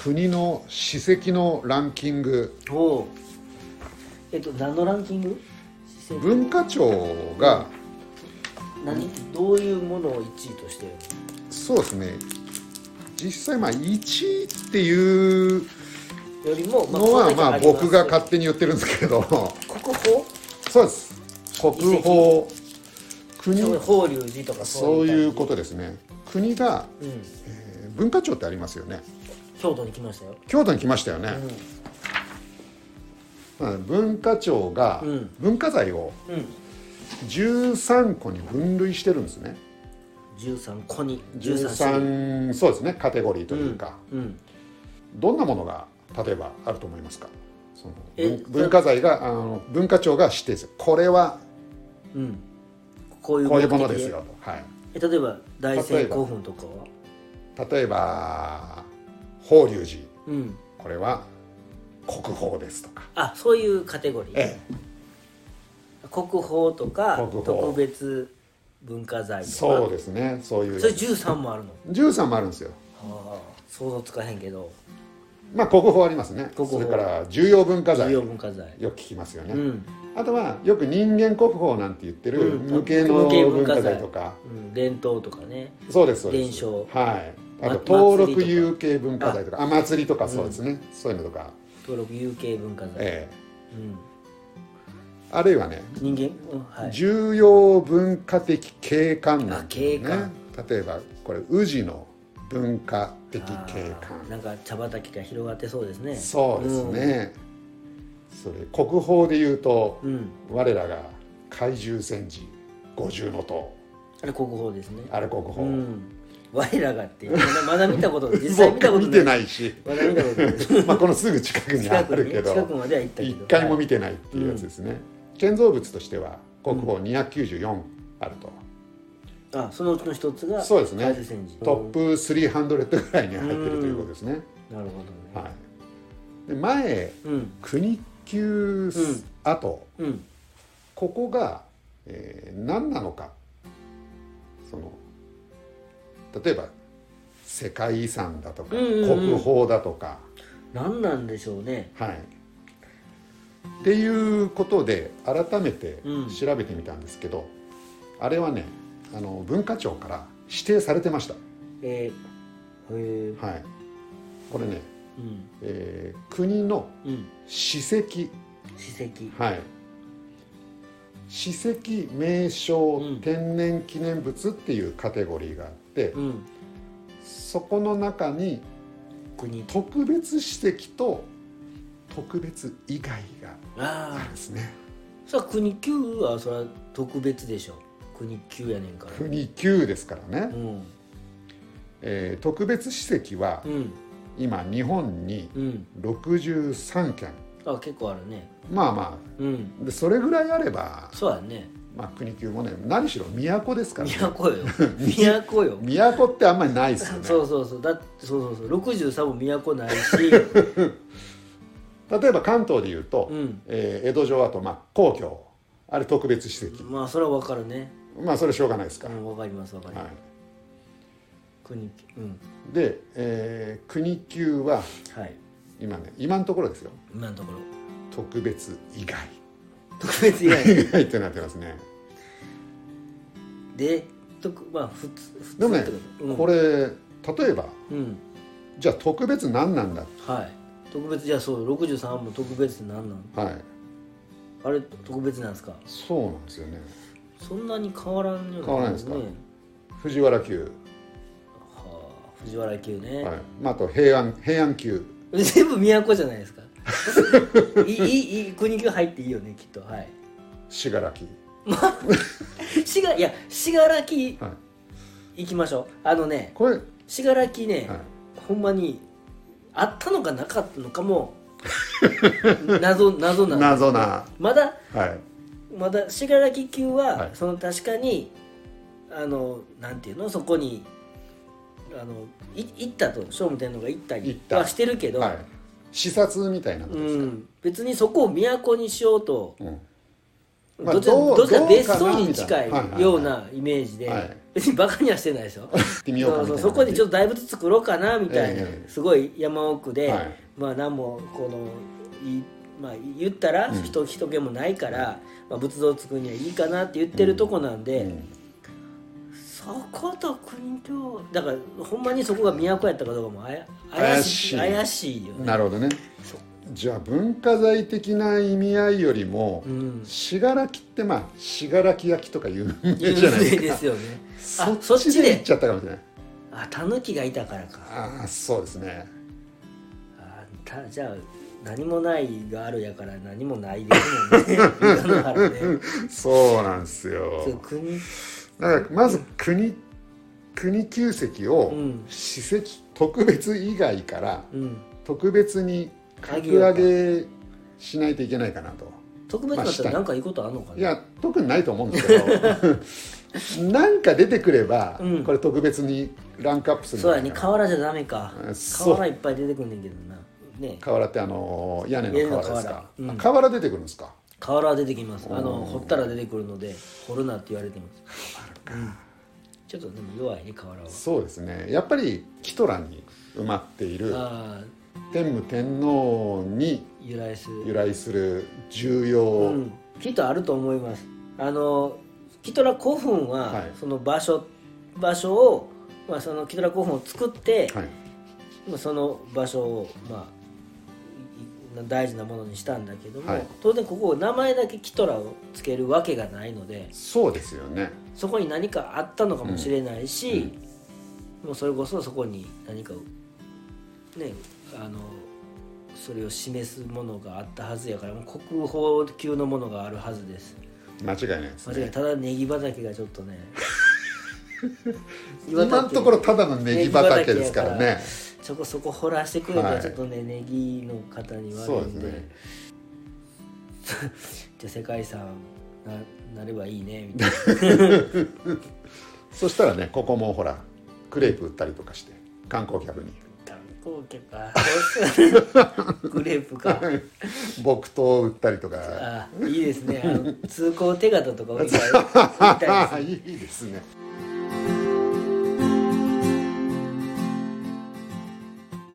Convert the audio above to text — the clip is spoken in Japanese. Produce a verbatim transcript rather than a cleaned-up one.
国の史跡のランキング。 おえっと何のランキング？ 文化庁が何どういうものをいちいとしてるの？ そうですね、実際まあいちいっていうよりも、まあ、 のはまあ僕がっ勝手に言ってるんですけど国宝？ そうです、国宝、国、 法隆寺とかそういうことですね。国が、 うんえー文化庁ってありますよね。 京都に来ましたよ。 京都に来ましたよね、まあ文化庁がうん文化財をうん、うんじゅうさんこに分類してるんですね。 じゅうさんこにじゅうさん、そうですね、カテゴリーというか、 うんうんどんなものが例えばあると思いますか？そのえ文文化財があの文化庁が指定する、これはうんこういうこういうもの目的ですよと、はい、 え例えば大仙古墳とかは例えば法隆寺、 うんこれは国宝ですとか、 あそういうカテゴリー、 え国宝とか国宝特別文化財え、 とかそうですね、そういうそれじゅうさんもあるの？ じゅうさんもあるんですよ。 はあ想像つかへんけどまあ国宝ありますね。 国宝それから重要文化財、 重要よ文化財く聞きますよね、 うんあとはよく人間国宝なんて言ってるうん無形の無形文文化化財財とか、 うん伝統とかねそうですそうです、 伝承、 はい、あとま登録祭りとか有形文化財とか、あ祭りとかそうですね、そういうのとか、 登録有形文化財、 えうん、 え、あるいはね、 人間、うんはい、 重要文化的景観なんあていうね、 景観例えばこれ宇治の文化的景あー観、 なんか茶畑が広がってそうですね。 そうですね、それ国宝でいうと、 うん、うん、 我らが怪獣戦時五重塔、 あれ国宝ですね。 あれ国宝、 うん我らがってまだまだ見たこと実際見たことない僕見てないしまだ見たことないまあこのすぐ近くにあ近くにねるけど近くまでは行ったけど一回も見てないっていうやつですね、建造物としては国宝にひゃくきゅうじゅうよんあると、 あそのうちの一つがそうですね、 海津千寺トップさんびゃくぐらいに入ってるということですね、 なるほどね、 はい、で前うん国級跡、 うんここが、えー何なのか、その例えば世界遺産だとか、 うんうんうん国宝だとか、 何なんでしょうね。 はい、っていうことで改めてうん調べてみたんですけど、あれはね、あの文化庁から指定されてました、 えー、へえはい、これね、 うんえー国のうん史跡、 史跡はい、史跡名勝うん天然記念物っていうカテゴリーがあって、 うんそこの中に国特別史跡と特別以外があああるんですね。 さあ国級はそれは特別でしょ。国級やねんから。 国級ですからね、 うんえー特別史跡はうん今日本にうんろくじゅうさんけん、 あ結構あるね。 まあまうんあでそれぐらいあれば、 そうやね。 まあ、国級もね、何しろ都ですからね、 都よ都よ。 都ってあんまりないですよね。 そうそうそうだってそうそうそうろくじゅうさんも都ないし例えば関東でいうと、 うんえー江戸城跡、まあ、皇居、あれ特別史跡、 まあそれは分かるね。 まあそれしょうがないですから、 うん分かります分かりはます。国うんい、で、えー国級ははい今ね、今のところですよ、 今のところ特別以外特別以外以外ってなってますね。 で特まあ普通普通でもね、 うんこれ例えばうんじゃあ特別何なんだ、 はい特別じゃあそうろくじゅうさんも特別って何なの？ はい、 あれ特別なんですか？ そうなんですよね。 そんなに変わらんよう変わらないですかね。 藤原級、 はあ藤原級ね、 はい、まあ、あと平安平安級、 全部都じゃないですか。いいいいいい国級入っていいよねきっと。はい信楽、 しがいや信楽はい、 行きましょう。あのねこれ、はい、 信楽ね、ほんまにあったのかなかったのかも謎謎なんです謎な、 まだはい、 まだ信楽級は、 はいその確かにあのなんていうのそこにあのい行ったと聖武天皇が行ったり行ったはしてるけど、 はい、視察みたいなことですか、 うん、別にそこを都にしようと、 うん、まあどっちかどうどっちかどうかな別荘に近みたいなはいはいはいいようなイメージで、 はい、 別にバカにはしてないでしょ。 行ってみようかみたいな。 そうそう、そこにちょっと大仏作ろうかなみたいな、 ええすごい山奥で、 はい、 まあ何もこのいまあ言ったらうん人、人気もないから、まあ、仏像作るにはいいかなって言ってるとこなんで、 うんうん、 そこと国境だからほんまにそこが都やったかどうかもあや怪怪ししいい怪しいよね。 なるほどね。 そう、 じゃあ文化財的な意味合いよりもうん、 信楽ってまあ信楽焼とか有名有じゃない名ですか。 ですよね。 そっそっちでちで行っちゃったかもしれない。 あ、タヌキがいたからか。 ああそうですね。 あたじゃあ何もないがあるやから何もないですもんね。三日野原で。 そうなんですよ。 そう国だからまず国国旧跡をうん史跡特別以外からうん特別に格上げしないといけないかなと。 特別だったら何かいいことあるのかな。 いや特にないと思うんですけどなんか出てくれば、 うんこれ特別にランクアップするんそうやね、 じゃないかな。 瓦じゃダメか。 そう瓦いっぱい出てくんねんけどな。ね、 瓦ってあの屋根の瓦ですか。 屋根の瓦うんあ瓦出てくるんですか。 瓦は出てきます。あのおー掘ったら出てくるので掘るなって言われてます。うんちょっとでも弱いね瓦は。 そうですね。やっぱりキトラに埋まっているああ、 天武天皇に由来する。 由来する重要、 うん、きっとあると思います。あのキトラ古墳は、 はいその場所場所を、まあ、そのキトラ古墳を作って、 はい、 まあその場所を、まあ、いい大事なものにしたんだけども、 はい当然ここ名前だけキトラをつけるわけがないので、 そうですよね。 そこに何かあったのかもしれないし、 うんもうそれこそそこに何かね、あのそれを示すものがあったはずやから、もう国宝級のものがあるはずです。 間違いないですね。 間違いない。ただネギ畑がちょっとね今のところただのネギ畑ですからね。 そこそこ掘らせてくれたはいらちょっとね、ネギの方に悪いんで、 そうですねじゃあ世界遺産ななればいいねみたいなそしたらね、ここもほらクレープ売ったりとかして観光客に観光客かグレープか木刀を売ったりとかあいいですね。あの通行手形とか置いたり置いたりするいいですね。